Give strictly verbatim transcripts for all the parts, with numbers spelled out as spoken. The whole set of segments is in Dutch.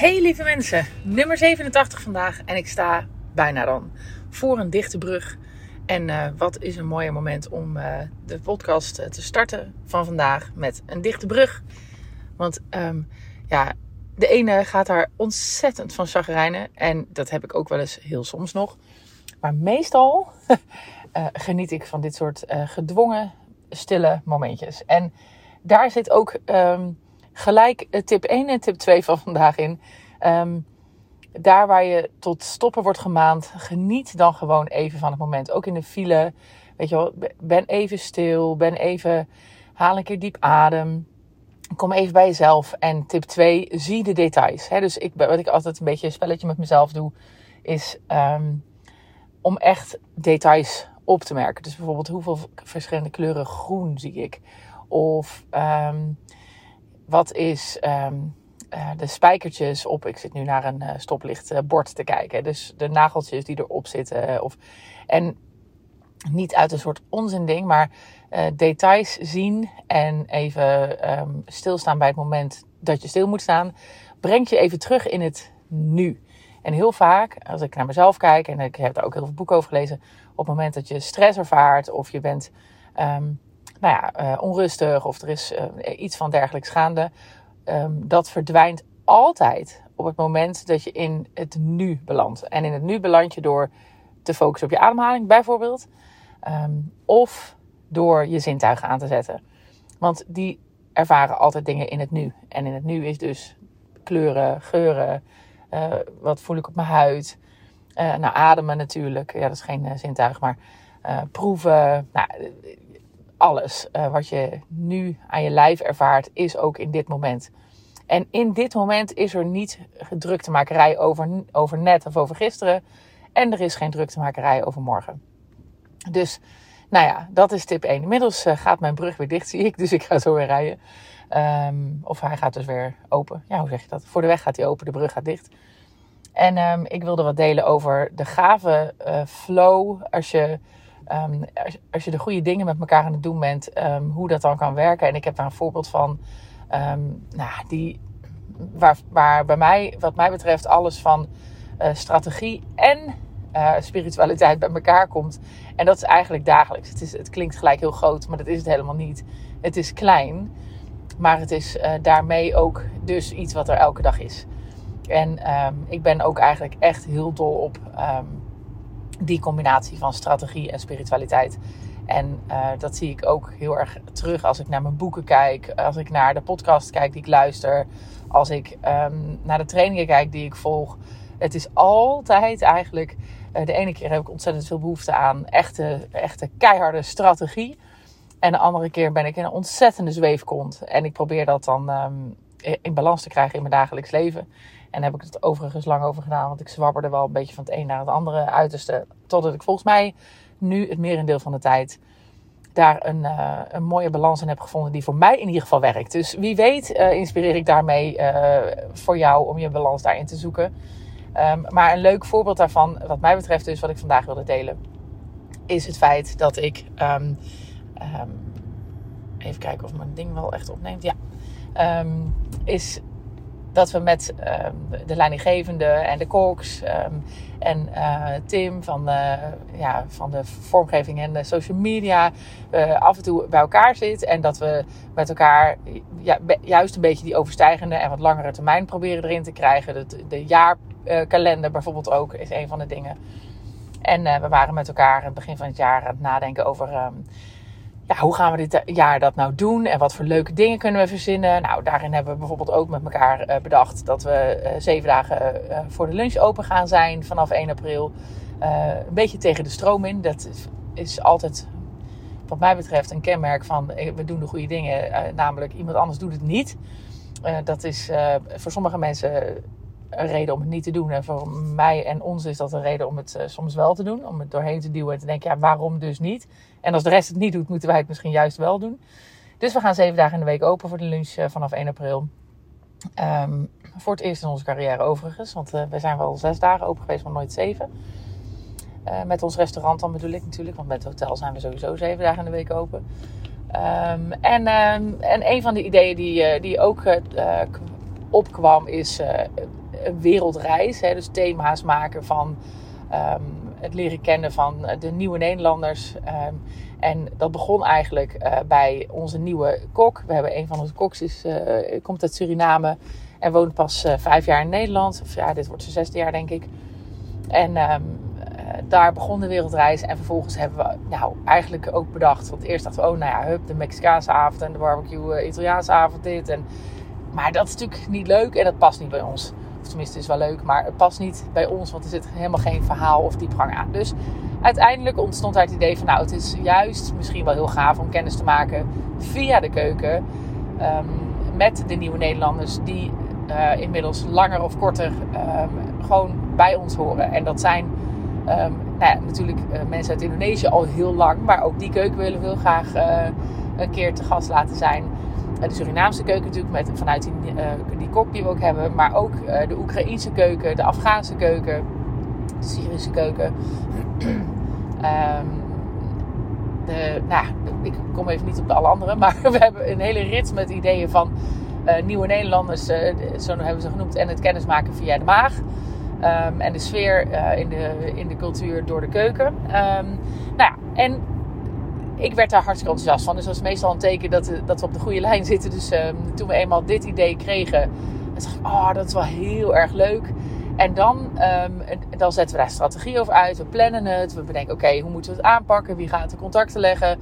Hey lieve mensen, nummer zevenentachtig vandaag en ik sta bijna dan voor een dichte brug. En uh, wat is een mooi moment om uh, de podcast uh, te starten van vandaag met een dichte brug. Want um, ja, de ene gaat daar ontzettend van chagrijnen en dat heb ik ook wel eens heel soms nog. Maar meestal uh, geniet ik van dit soort uh, gedwongen stille momentjes. En daar zit ook um, gelijk tip één en tip twee van vandaag in. Um, daar waar je tot stoppen wordt gemaand, geniet dan gewoon even van het moment. Ook in de file, weet je wel, ben even stil, ben even, haal een keer diep adem. Kom even bij jezelf. En tip twee, zie de details. He, dus ik, wat ik altijd een beetje een spelletje met mezelf doe, is um, om echt details op te merken. Dus bijvoorbeeld hoeveel verschillende kleuren groen zie ik. Of um, wat is um, uh, de spijkertjes op. Ik zit nu naar een uh, stoplichtbord te kijken. Dus de nageltjes die erop zitten. Of, en niet uit een soort onzinding, maar uh, details zien en even um, stilstaan bij het moment dat je stil moet staan. Brengt je even terug in het nu. En heel vaak, als ik naar mezelf kijk, en ik heb daar ook heel veel boeken over gelezen, op het moment dat je stress ervaart of je bent um, nou ja, uh, onrustig of er is uh, iets van dergelijks gaande, um, dat verdwijnt altijd op het moment dat je in het nu belandt. En in het nu beland je door te focussen op je ademhaling bijvoorbeeld, um, of door je zintuigen aan te zetten. Want die ervaren altijd dingen in het nu. En in het nu is dus kleuren, geuren, uh, wat voel ik op mijn huid. Uh, nou, ademen natuurlijk. Ja, dat is geen uh, zintuig, maar uh, proeven. Nou, alles uh, wat je nu aan je lijf ervaart, is ook in dit moment. En in dit moment is er niet druktemakerij over, over net of over gisteren. En er is geen druktemakerij over morgen. Dus, nou ja, dat is tip één. Inmiddels uh, gaat mijn brug weer dicht, zie ik. Dus ik ga zo weer rijden. Um, of hij gaat dus weer open. Ja, hoe zeg je dat? Voor de weg gaat hij open, de brug gaat dicht. En um, ik wilde wat delen over de gave uh, flow. Als je, um, als, als je de goede dingen met elkaar aan het doen bent. Um, hoe dat dan kan werken. En ik heb daar een voorbeeld van. Um, nou, die, waar, waar bij mij, wat mij betreft, alles van uh, strategie en uh, spiritualiteit bij elkaar komt. En dat is eigenlijk dagelijks. Het, is, het klinkt gelijk heel groot, maar dat is het helemaal niet. Het is klein, maar het is uh, daarmee ook dus iets wat er elke dag is. En um, ik ben ook eigenlijk echt heel dol op um, die combinatie van strategie en spiritualiteit. En uh, dat zie ik ook heel erg terug als ik naar mijn boeken kijk. Als ik naar de podcast kijk die ik luister. Als ik um, naar de trainingen kijk die ik volg. Het is altijd eigenlijk... Uh, de ene keer heb ik ontzettend veel behoefte aan echte, echte keiharde strategie. En de andere keer ben ik in een ontzettende zweefkont. En ik probeer dat dan um, in balans te krijgen in mijn dagelijks leven. En daar heb ik het overigens lang over gedaan. Want ik zwabberde wel een beetje van het een naar het andere uiterste. Totdat ik volgens mij nu het merendeel van de tijd daar een, uh, een mooie balans in heb gevonden die voor mij in ieder geval werkt. Dus wie weet uh, inspireer ik daarmee uh, voor jou om je balans daarin te zoeken. Um, maar een leuk voorbeeld daarvan, wat mij betreft dus, wat ik vandaag wilde delen, is het feit dat ik... Um, um, even kijken of mijn ding wel echt opneemt. Ja. Um, is dat we met um, de leidinggevende en de koks um, en uh, Tim van de, ja, van de vormgeving en de social media uh, af en toe bij elkaar zitten. En dat we met elkaar ja, juist een beetje die overstijgende en wat langere termijn proberen erin te krijgen. De, de jaarkalender bijvoorbeeld ook is een van de dingen. En uh, we waren met elkaar aan het begin van het jaar aan het nadenken over... Um, Ja, hoe gaan we dit jaar dat nou doen? En wat voor leuke dingen kunnen we verzinnen? Nou, daarin hebben we bijvoorbeeld ook met elkaar uh, bedacht dat we uh, zeven dagen uh, voor de lunch open gaan zijn vanaf één april. Uh, een beetje tegen de stroom in. Dat is, is altijd, wat mij betreft, een kenmerk van we doen de goede dingen. Uh, namelijk, iemand anders doet het niet. Uh, dat is uh, voor sommige mensen een reden om het niet te doen. En voor mij en ons is dat een reden om het uh, soms wel te doen. Om het doorheen te duwen en te denken, ja, waarom dus niet? En als de rest het niet doet, moeten wij het misschien juist wel doen. Dus we gaan zeven dagen in de week open voor de lunch uh, vanaf één april. Um, voor het eerst in onze carrière overigens. Want uh, we zijn wel zes dagen open geweest, maar nooit zeven. Uh, met ons restaurant dan bedoel ik natuurlijk. Want met het hotel zijn we sowieso zeven dagen in de week open. Um, en, um, en een van de ideeën die, uh, die ook uh, opkwam is... Uh, een wereldreis. Hè, dus thema's maken van um, het leren kennen van de nieuwe Nederlanders. Um, en dat begon eigenlijk uh, bij onze nieuwe kok. We hebben een van onze koks, is, uh, komt uit Suriname en woont pas uh, vijf jaar in Nederland. Of ja, dit wordt zijn zesde jaar denk ik. En um, uh, daar begon de wereldreis. En vervolgens hebben we nou eigenlijk ook bedacht. Want eerst dachten we, oh nou ja, hup, de Mexicaanse avond en de barbecue uh, Italiaanse avond dit. En, maar dat is natuurlijk niet leuk en dat past niet bij ons. Of tenminste, het is wel leuk, maar het past niet bij ons. Want er zit helemaal geen verhaal of diepgang aan. Dus uiteindelijk ontstond uit het idee van, nou, het is juist misschien wel heel gaaf om kennis te maken via de keuken. Um, met de nieuwe Nederlanders die uh, inmiddels langer of korter um, gewoon bij ons horen. En dat zijn um, nou ja, natuurlijk uh, mensen uit Indonesië al heel lang. Maar ook die keuken willen we heel graag uh, een keer te gast laten zijn. Uh, de Surinaamse keuken natuurlijk met, vanuit die, uh, die kok die we ook hebben. Maar ook uh, de Oekraïense keuken, de Afghaanse keuken, de Syrische keuken. um, de, nou, ik kom even niet op de alle andere. Maar we hebben een hele rits met ideeën van uh, nieuwe Nederlanders. Uh, zo hebben we ze genoemd. En het kennismaken via de maag. Um, en de sfeer uh, in, de, in de cultuur door de keuken. Um, nou ja, en ik werd daar hartstikke enthousiast van. Dus dat is meestal een teken dat, dat we op de goede lijn zitten. Dus um, toen we eenmaal dit idee kregen, dan dacht ik, oh, dat is wel heel erg leuk. En dan, um, dan zetten we daar strategie over uit. We plannen het. We bedenken, oké, okay, hoe moeten we het aanpakken? Wie gaat de contacten leggen?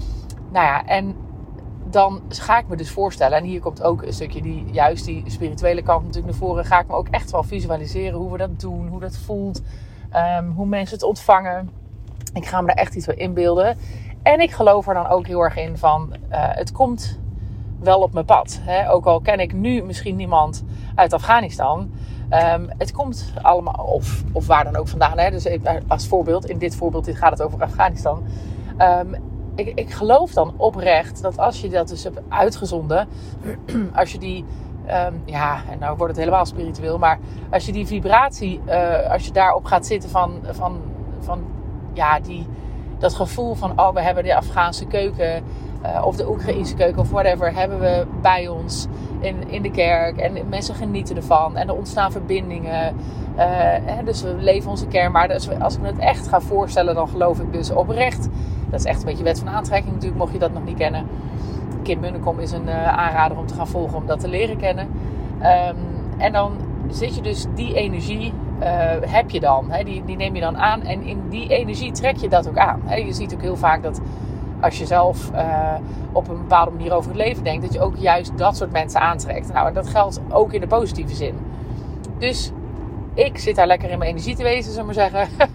Nou ja, en dan ga ik me dus voorstellen, en hier komt ook een stukje die, juist die spirituele kant natuurlijk naar voren, ga ik me ook echt wel visualiseren hoe we dat doen, hoe dat voelt, um, hoe mensen het ontvangen. Ik ga me daar echt iets van inbeelden. En ik geloof er dan ook heel erg in van, uh, het komt wel op mijn pad. Hè? Ook al ken ik nu misschien niemand uit Afghanistan. Um, het komt allemaal, of, of waar dan ook vandaan. Hè? Dus als voorbeeld, in dit voorbeeld gaat het over Afghanistan. Um, Ik, ik geloof dan oprecht dat als je dat dus hebt uitgezonden, als je die, um, ja, en nou wordt het helemaal spiritueel, maar als je die vibratie, uh, als je daarop gaat zitten van, van, van ja, die, dat gevoel van, oh, we hebben de Afghaanse keuken, uh, of de Oekraïense keuken, of whatever, hebben we bij ons in, in de kerk. En mensen genieten ervan. En er ontstaan verbindingen. Uh, hè, dus we leven onze kern. Maar dus als ik me het echt ga voorstellen, dan geloof ik dus oprecht. Dat is echt een beetje wet van aantrekking natuurlijk, mocht je dat nog niet kennen. Kim Munnekom is een uh, aanrader om te gaan volgen, om dat te leren kennen. Um, en dan zit je dus die energie, uh, heb je dan. Hè, die, die neem je dan aan. En in die energie trek je dat ook aan. Hè. Je ziet ook heel vaak dat als je zelf uh, op een bepaalde manier over het leven denkt, dat je ook juist dat soort mensen aantrekt. Nou, en dat geldt ook in de positieve zin. Dus ik zit daar lekker in mijn energie te wezen, zullen we maar zeggen.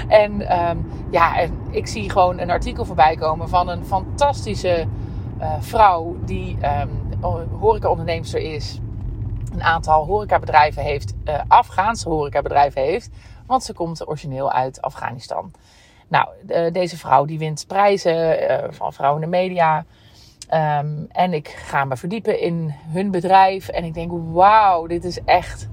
en um, ja, en ik zie gewoon een artikel voorbij komen van een fantastische uh, vrouw die um, horecaonderneemster is. Een aantal horecabedrijven heeft, uh, Afghaanse horecabedrijven heeft. Want ze komt origineel uit Afghanistan. Nou, uh, deze vrouw die wint prijzen uh, van vrouwen in de media. Um, en ik ga me verdiepen in hun bedrijf. En ik denk, wauw, dit is echt...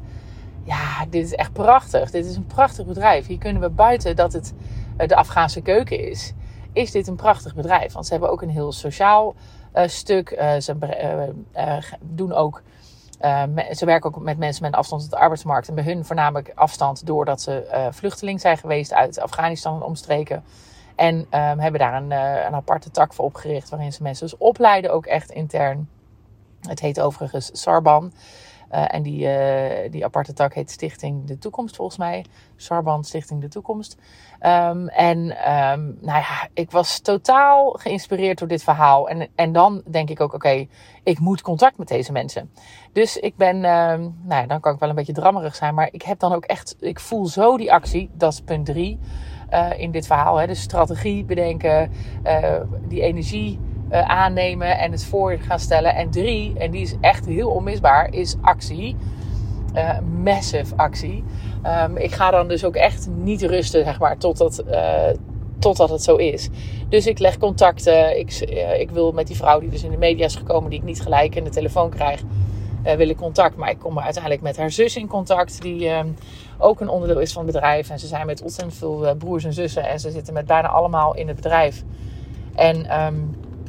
Ja, dit is echt prachtig. Dit is een prachtig bedrijf. Hier kunnen we buiten dat het uh, de Afghaanse keuken is. Is dit een prachtig bedrijf. Want ze hebben ook een heel sociaal uh, stuk. Uh, ze uh, uh, doen ook... Uh, ze werken ook met mensen met een afstand tot de arbeidsmarkt. En bij hun voornamelijk afstand doordat ze uh, vluchteling zijn geweest uit Afghanistan en omstreken. En um, hebben daar een, uh, een aparte tak voor opgericht. Waarin ze mensen dus opleiden, ook echt intern. Het heet overigens Sarban. Uh, en die, uh, die aparte tak heet Stichting De Toekomst volgens mij. Sarban Stichting De Toekomst. Um, en um, nou ja, ik was totaal geïnspireerd door dit verhaal. En, en dan denk ik ook, oké, okay, ik moet contact met deze mensen. Dus ik ben, um, nou ja, dan kan ik wel een beetje drammerig zijn. Maar ik heb dan ook echt, ik voel zo die actie. Dat is punt drie uh, in dit verhaal. Hè. Dus strategie bedenken, uh, die energie... Uh, aannemen en het voor gaan stellen. En drie, en die is echt heel onmisbaar, is actie. Uh, massive actie. Um, ik ga dan dus ook echt niet rusten, zeg maar, totdat, uh, totdat het zo is. Dus ik leg contacten. Ik, uh, ik wil met die vrouw die dus in de media is gekomen, die ik niet gelijk in de telefoon krijg, uh, wil ik contact. Maar ik kom uiteindelijk met haar zus in contact, die um, ook een onderdeel is van het bedrijf. En ze zijn met ontzettend veel uh, broers en zussen. En ze zitten met bijna allemaal in het bedrijf. En... Um,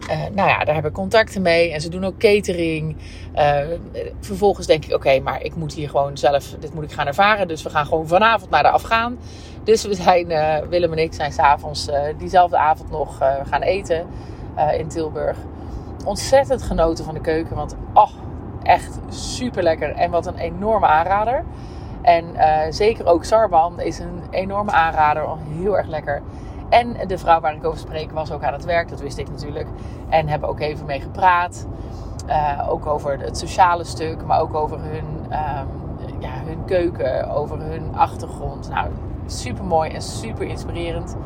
Uh, nou ja, daar heb ik contacten mee. En ze doen ook catering. Uh, vervolgens denk ik, oké, okay, maar ik moet hier gewoon zelf, dit moet ik gaan ervaren. Dus we gaan gewoon vanavond naar de Afghaan. Dus we zijn, uh, Willem en ik zijn 's avonds uh, diezelfde avond nog uh, gaan eten uh, in Tilburg. Ontzettend genoten van de keuken. Want, oh, echt super lekker. En wat een enorme aanrader. En uh, zeker ook Sarban is een enorme aanrader. Heel erg lekker. En de vrouw waar ik over spreek was ook aan het werk. Dat wist ik natuurlijk. En hebben ook even mee gepraat. Uh, ook over het sociale stuk. Maar ook over hun, um, ja, hun keuken. Over hun achtergrond. Nou, super mooi en super inspirerend.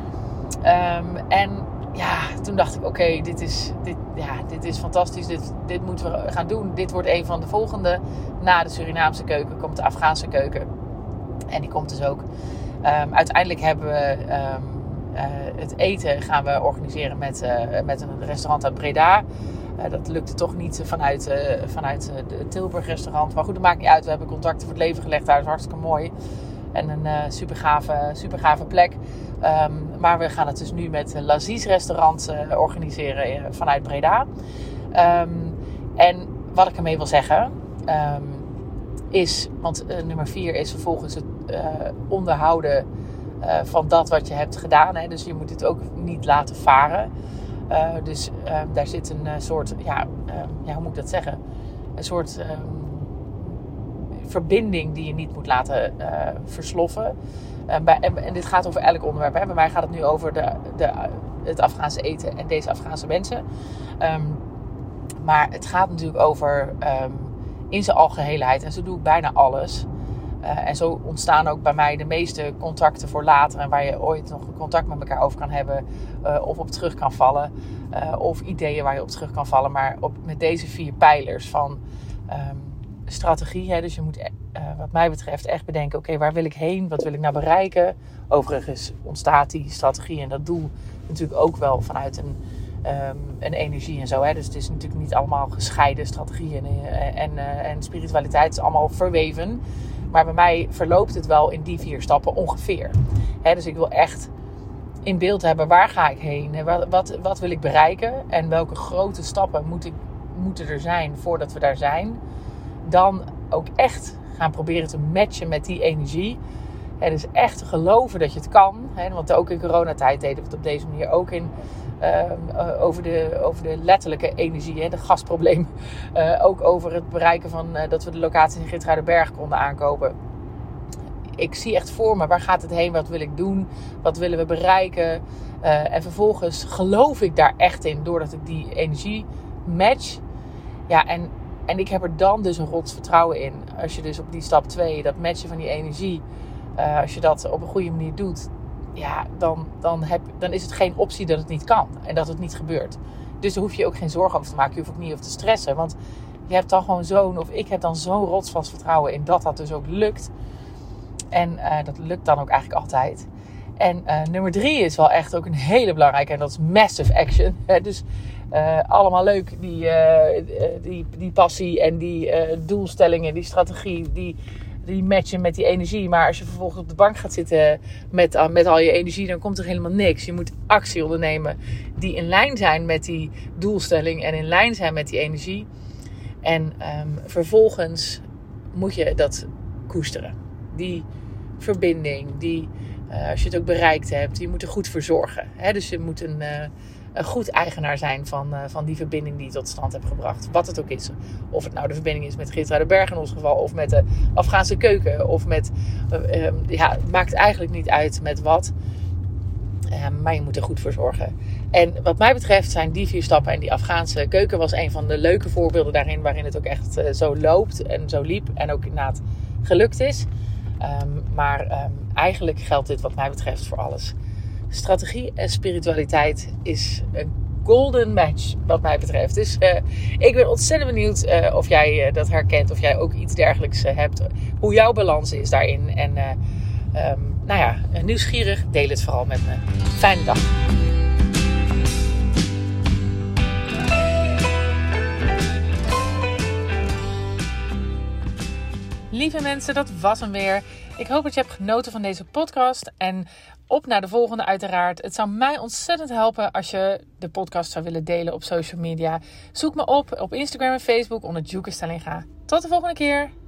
Um, en ja, toen dacht ik, oké, okay, dit, is, dit, ja, dit is fantastisch. Dit, dit moeten we gaan doen. Dit wordt een van de volgende. Na de Surinaamse keuken komt de Afghaanse keuken. En die komt dus ook. Um, uiteindelijk hebben we... Um, Uh, het eten gaan we organiseren met, uh, met een restaurant uit Breda. Uh, dat lukte toch niet vanuit, uh, vanuit uh, het Tilburg restaurant. Maar goed, dat maakt niet uit. We hebben contacten voor het leven gelegd. Daar is hartstikke mooi. En een uh, super gave, super gave plek. Um, maar we gaan het dus nu met L'Aziz restaurant uh, organiseren uh, vanuit Breda. Um, en wat ik ermee wil zeggen... Um, is, want uh, nummer vier is vervolgens het uh, onderhouden... Uh, van dat wat je hebt gedaan. Hè? Dus je moet het ook niet laten varen. Uh, dus uh, daar zit een uh, soort... Ja, uh, ja, hoe moet ik dat zeggen? Een soort um, verbinding die je niet moet laten uh, versloffen. Uh, bij, en, en dit gaat over elk onderwerp. Hè? Bij mij gaat het nu over de, de, het Afghaanse eten en deze Afghaanse mensen. Um, maar het gaat natuurlijk over um, in zijn algeheelheid. En zo doe ik bijna alles... Uh, en zo ontstaan ook bij mij de meeste contacten voor later. En waar je ooit nog contact met elkaar over kan hebben. Uh, of op terug kan vallen. Uh, of ideeën waar je op terug kan vallen. Maar op, met deze vier pijlers van um, strategie. Hè, dus je moet uh, wat mij betreft echt bedenken. Oké, okay, waar wil ik heen? Wat wil ik nou bereiken? Overigens ontstaat die strategie en dat doel natuurlijk ook wel vanuit een, um, een energie en zo. Hè. Dus het is natuurlijk niet allemaal gescheiden strategie en, en, uh, en spiritualiteit. Het is allemaal verweven. Maar bij mij verloopt het wel in die vier stappen ongeveer. He, dus ik wil echt in beeld hebben, waar ga ik heen? Wat, wat, wat wil ik bereiken? En welke grote stappen moet ik, moeten er zijn voordat we daar zijn? Dan ook echt gaan proberen te matchen met die energie. He, dus echt geloven dat je het kan. He, want ook in coronatijd deden we het op deze manier ook in... Uh, over, de, over de letterlijke energie, hè, de gasprobleem. Uh, ook over het bereiken van uh, dat we de locatie in Geertruidenberg konden aankopen. Ik zie echt voor me, waar gaat het heen? Wat wil ik doen? Wat willen we bereiken? Uh, en vervolgens geloof ik daar echt in, doordat ik die energie match. Ja, en, en ik heb er dan dus een rots vertrouwen in. Als je dus op die stap twee, dat matchen van die energie, uh, als je dat op een goede manier doet... Ja, dan, dan, heb, dan is het geen optie dat het niet kan. En dat het niet gebeurt. Dus daar hoef je ook geen zorgen over te maken. Je hoeft ook niet over te stressen. Want je hebt dan gewoon zo'n... Of ik heb dan zo'n rotsvast vertrouwen in dat dat dus ook lukt. En uh, dat lukt dan ook eigenlijk altijd. En uh, nummer drie is wel echt ook een hele belangrijke. En dat is massive action. Dus uh, allemaal leuk. Die, uh, die, die passie en die uh, doelstellingen. Die strategie. Die... Die matchen met die energie. Maar als je vervolgens op de bank gaat zitten met, uh, met al je energie, dan komt er helemaal niks. Je moet actie ondernemen die in lijn zijn met die doelstelling en in lijn zijn met die energie. En um, vervolgens moet je dat koesteren. Die verbinding, die, uh, als je het ook bereikt hebt, je moet er goed voor zorgen. Hè? Dus je moet een... Uh, een goed eigenaar zijn van, uh, van die verbinding die je tot stand hebt gebracht. Wat het ook is. Of het nou de verbinding is met Geertruidenberg in ons geval. Of met de Afghaanse keuken. Of met... Uh, uh, ja, het maakt eigenlijk niet uit met wat. Uh, maar je moet er goed voor zorgen. En wat mij betreft zijn die vier stappen. En die Afghaanse keuken was een van de leuke voorbeelden daarin. Waarin het ook echt uh, zo loopt en zo liep. En ook inderdaad gelukt is. Um, maar um, eigenlijk geldt dit wat mij betreft voor alles. Strategie en spiritualiteit is een golden match wat mij betreft. Dus uh, ik ben ontzettend benieuwd uh, of jij uh, dat herkent. Of jij ook iets dergelijks uh, hebt. Hoe jouw balans is daarin. En uh, um, nou ja, nieuwsgierig. Deel het vooral met me. Fijne dag. Lieve mensen, dat was hem weer. Ik hoop dat je hebt genoten van deze podcast. En op naar de volgende uiteraard. Het zou mij ontzettend helpen als je de podcast zou willen delen op social media. Zoek me op op Instagram en Facebook onder Djoeke Stellinga. Tot de volgende keer.